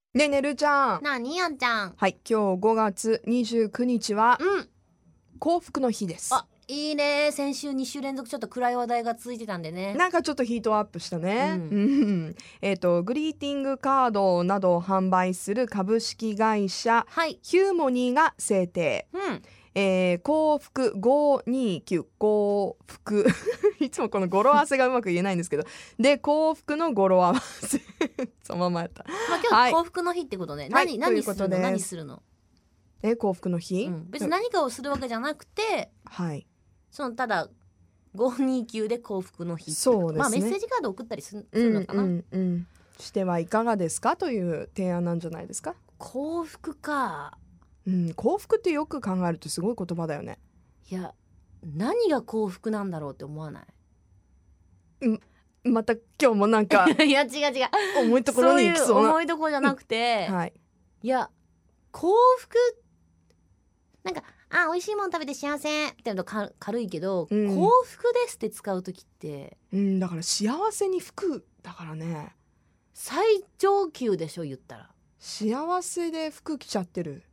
ねえねるちゃん。 なにやんちゃん。 はい、今日5月29日はうん。 幸福の日です。 あ、いいね。先週2週連続ちょっと暗い話題が続いてたんでね。 なんかちょっとヒートアップしたね。 うんグリーティングカードなどを販売する株式会社はい。 ヒューモニーが制定。 うん。 幸福529幸福いつもこの語呂合わせがうまく言えないんですけど、で幸福の語呂合わせそのままやった。 まあ今はい日幸福の日ってことね。 はい何するの？ ということです何するの？ 幸福の日、 別に何かをするわけじゃなくて、 はいただ529で幸福の日ってこと。 そうですね。 まあメッセージカード送ったりするのかな。 してはいかがですかという提案なんじゃないですか。 幸福か。 幸福ってよく考えるとすごい言葉だよね。 いや、何が幸福なんだろうって思わない？ また今日もなんかいや違う重いところに行きそうな。 そういう重いところじゃなくて、 はい。 いや幸福なんか美味しいもの食べて幸せってのと軽いけど、幸福ですって使う時って、 だから幸せに服だからね。 最上級でしょ言ったら。 幸せで服着ちゃってる、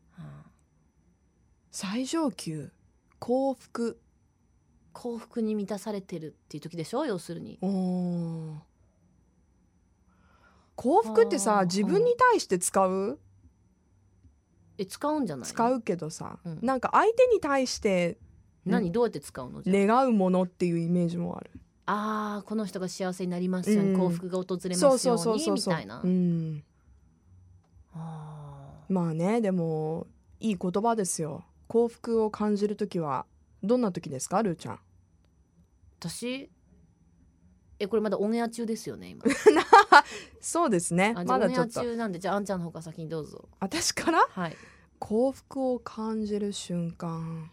最上級幸福に満たされてるっていう時でしょ要するに。 幸福ってさ自分に対して使う？ 使うんじゃない？ 使うけどさ、なんか相手に対してどうやって使うの？ 願うものっていうイメージもある。 この人が幸せになりますように、幸福が訪れますようにみたいな。 まあね、でもいい言葉ですよ。幸福を感じるときはどんな時ですか、ルーちゃん。 私これまだオンエア中ですよね今。 そうですね。まだちょっとオンエア中なんで、じゃああんちゃんの方から先にどうぞ。 私から、 はい、 幸福を感じる瞬間、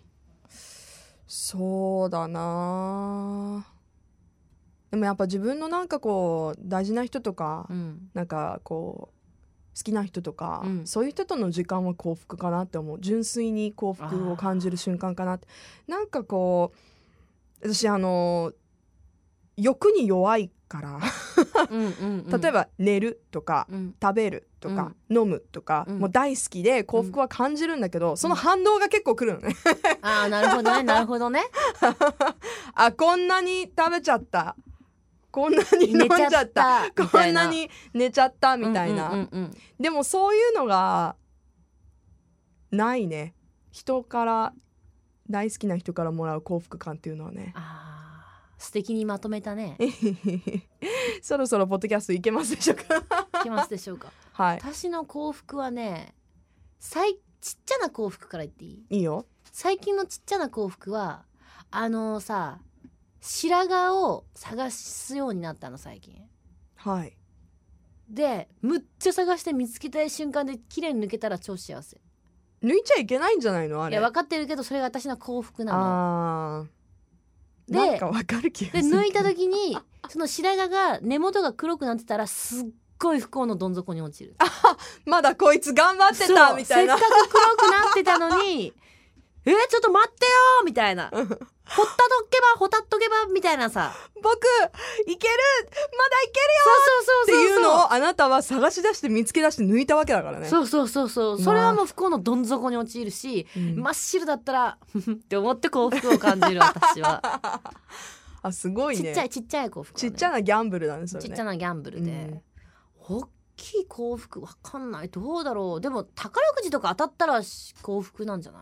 そうだな。でもやっぱ自分のなんかこう大事な人とか、なんかこう好きな人とか、そういう人との時間は幸福かなって思う。純粋に幸福を感じる瞬間かなって。なんかこう私欲に弱いから例えば寝るとか、食べるとか、飲むとか、もう大好きで幸福は感じるんだけど、その反動が結構来るのねなるほどねなるほどねこんなに食べちゃった、こんなに飲んじゃった、こんなに寝ちゃったみたいな、でもそういうのがないね。人から、大好きな人からもらう幸福感っていうのはね。 素敵にまとめたねそろそろポッドキャストいけますでしょうかいけますでしょうか。はい、私の幸福はね、ちっちゃな幸福から言っていい？ いいよ。 最近のちっちゃな幸福はさ、白髪を探すようになったの最近。 はい。 でむっちゃ探して見つけたい瞬間で綺麗に抜けたら超幸せ。 抜いちゃいけないんじゃないのあれ。 いや分かってるけど、それが私の幸福なの。でなんか分かる気がする。 で抜いた時にその白髪が根元が黒くなってたらすっごい不幸のどん底に落ちる。 まだこいつ頑張ってたみたいな。 せっかく黒くなってたのにちょっと待ってよみたいなほたっとけばみたいなさ、 僕いける、まだいけるよっていうのをあなたは探し出して見つけ出して抜いたわけだからね。 そうそれはもう不幸のどん底に陥るし、真っ白だったらって思って幸福を感じる私はすごいね。 ちっちゃい幸福、 ちっちゃなギャンブルなんですよね。 ちっちゃなギャンブルで、大きい幸福わかんない。どうだろう。でも宝くじとか当たったら幸福なんじゃない？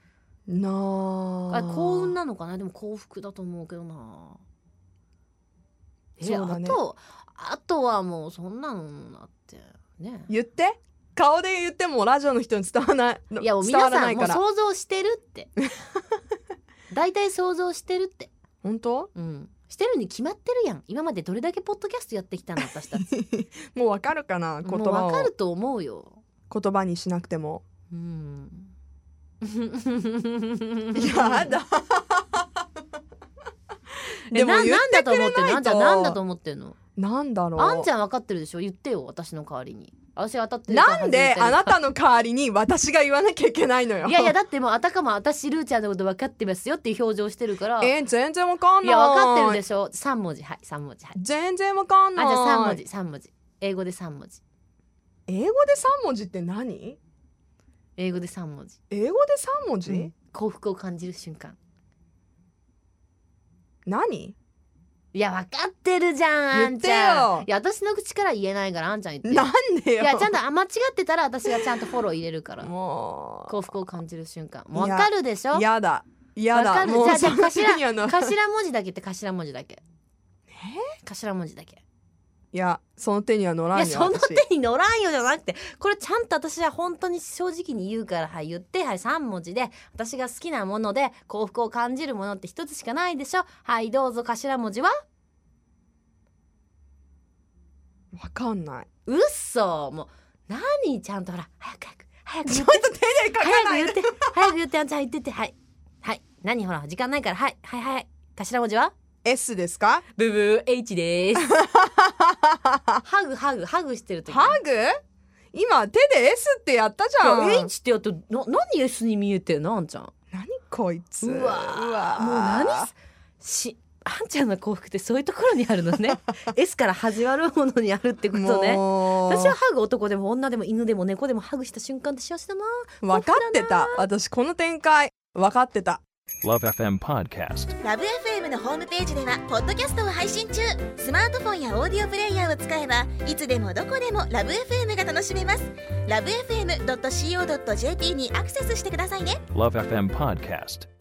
幸運なのかな。でも幸福だと思うけどな。そうだね。あとはもうそんなのだってね。 言って、顔で言ってもラジオの人に伝わらない。 いやもう皆さんもう想像してるって大体想像してるって。 本当？ してるに決まってるやん。今までどれだけポッドキャストやってきたの私たちもうわかるかな、言葉を。 もうわかると思うよ、 言葉にしなくても。 やだでも言ってくれないと。なんだと思ってんの？なんだろう。あんちゃん分かってるでしょ。言ってよ、私の代わりに。私当たってるから。 なんであなたの代わりに私が言わなきゃいけないのよ。 いやだってもうあたかも私ルーちゃんのこと分かってますよっていう表情してるから。 全然分かんない。 いや分かってるでしょ。3文字、はい3文字、はい。 全然分かんない。 じゃあ3文字英語で3文字。 英語で3文字って何？ 英語で3文字。 英語で3文字、 幸福を感じる瞬間。 何？ いや分かってるじゃん、あんちゃん。いや私の口から言えないからあんちゃん言って。 なんでよ。 いやちゃんと間違ってたら私がちゃんとフォロー入れるから。もう幸福を感じる瞬間。もう分かるでしょ。 やだやだ。 もうじゃあ頭文字だけって頭文字だけ。頭文字だけ。 いやその手には乗らんよ。 いやその手に乗らんよじゃなくて、これちゃんと私は本当に正直に言うから、はい言って、はい3文字で私が好きなもので幸福を感じるものって一つしかないでしょ。はいどうぞ。頭文字はわかんない。 うっそ。もう何ちゃんとほら早くちょっと手で書かないで。 早く言ってあんちゃん言ってって。はい何ほら時間ないから。はい頭文字は S ですか？ ブブー H ですハグしてる時。 ハグ？今手で S ってやったじゃん。 H ってやったら何 S に見えてんのあんちゃん。 何こいつ。 うわもうあんちゃんの幸福ってそういうところにあるのねS から始まるものにあるってことね。私はハグ、男でも女でも犬でも猫でもハグした瞬間って幸せだな。 分かってた。私この展開分かってた。 LoveFM Podcast。 LoveFM のホームページではポッドキャストを配信中。スマートフォンやオーディオプレイヤーを使えばいつでもどこでも LoveFM が楽しめます。 LoveFM.co.jp にアクセスしてくださいね。 LoveFM Podcast。